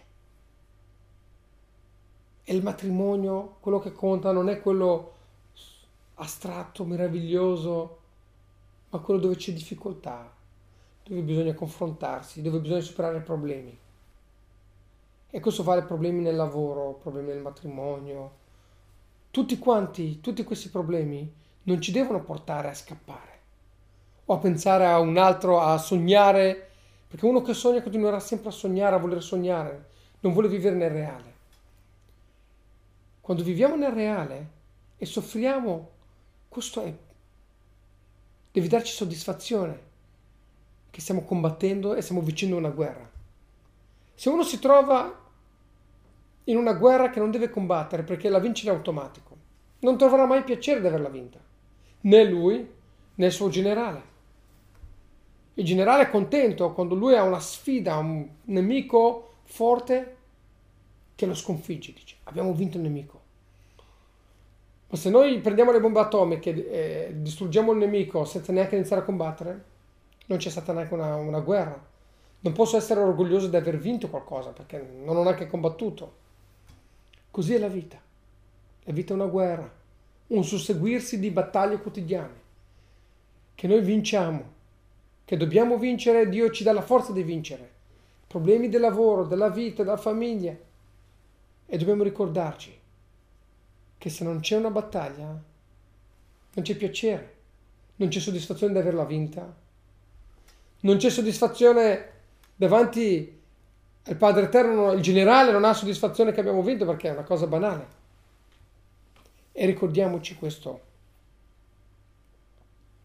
E il matrimonio, quello che conta non è quello astratto, meraviglioso, ma quello dove c'è difficoltà, dove bisogna confrontarsi, dove bisogna superare problemi. E questo vale problemi nel lavoro, problemi nel matrimonio. Tutti quanti, tutti questi problemi non ci devono portare a scappare o a pensare a un altro, a sognare, perché uno che sogna continuerà sempre a sognare, a voler sognare, non vuole vivere nel reale. Quando viviamo nel reale e soffriamo, questo è, deve darci soddisfazione che stiamo combattendo e stiamo vincendo una guerra. Se uno si trova in una guerra che non deve combattere perché la vince in automatico, non troverà mai piacere di averla vinta, né lui né il suo generale. Il generale è contento quando lui ha una sfida, un nemico forte che lo sconfigge, dice abbiamo vinto il nemico. Ma se noi prendiamo le bombe atomiche e distruggiamo il nemico senza neanche iniziare a combattere, non c'è stata neanche una, una guerra. Non posso essere orgoglioso di aver vinto qualcosa perché non ho neanche combattuto. Così è la vita. La vita è una guerra, un susseguirsi di battaglie quotidiane che noi vinciamo, che dobbiamo vincere. Dio ci dà la forza di vincere problemi del lavoro, della vita, della famiglia, e dobbiamo ricordarci che se non c'è una battaglia non c'è piacere, non c'è soddisfazione di averla vinta, non c'è soddisfazione davanti al Padre Eterno. Il generale non ha soddisfazione che abbiamo vinto perché è una cosa banale. E ricordiamoci questo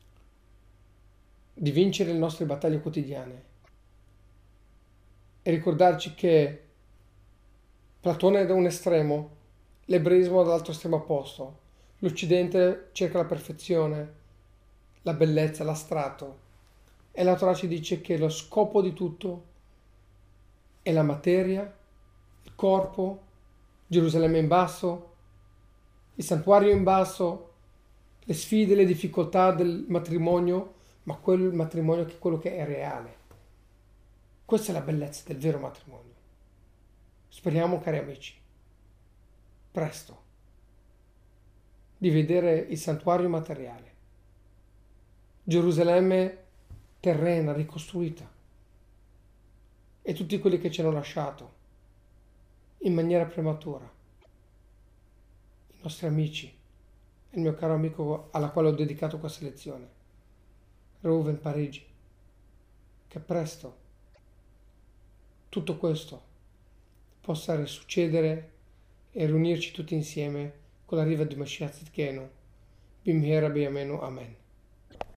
di vincere le nostre battaglie quotidiane e ricordarci che Platone è da un estremo, l'ebraismo dall'altro estremo opposto. L'Occidente cerca la perfezione, la bellezza, l'astratto. E la Torah ci dice che lo scopo di tutto è la materia, il corpo, Gerusalemme in basso, il santuario in basso, le sfide, le difficoltà del matrimonio, ma quel matrimonio che è quello che è reale. Questa è la bellezza del vero matrimonio. Speriamo, cari amici, presto, di vedere il santuario materiale, Gerusalemme terrena, ricostruita, e tutti quelli che ci hanno lasciato in maniera prematura, i nostri amici, il mio caro amico alla quale ho dedicato questa lezione, Reuven Parigi, che presto tutto questo possa risuccedere e riunirci tutti insieme con l'arrivo di Mashiach Tzidkenu. Bimhera b'yameinu. Amen.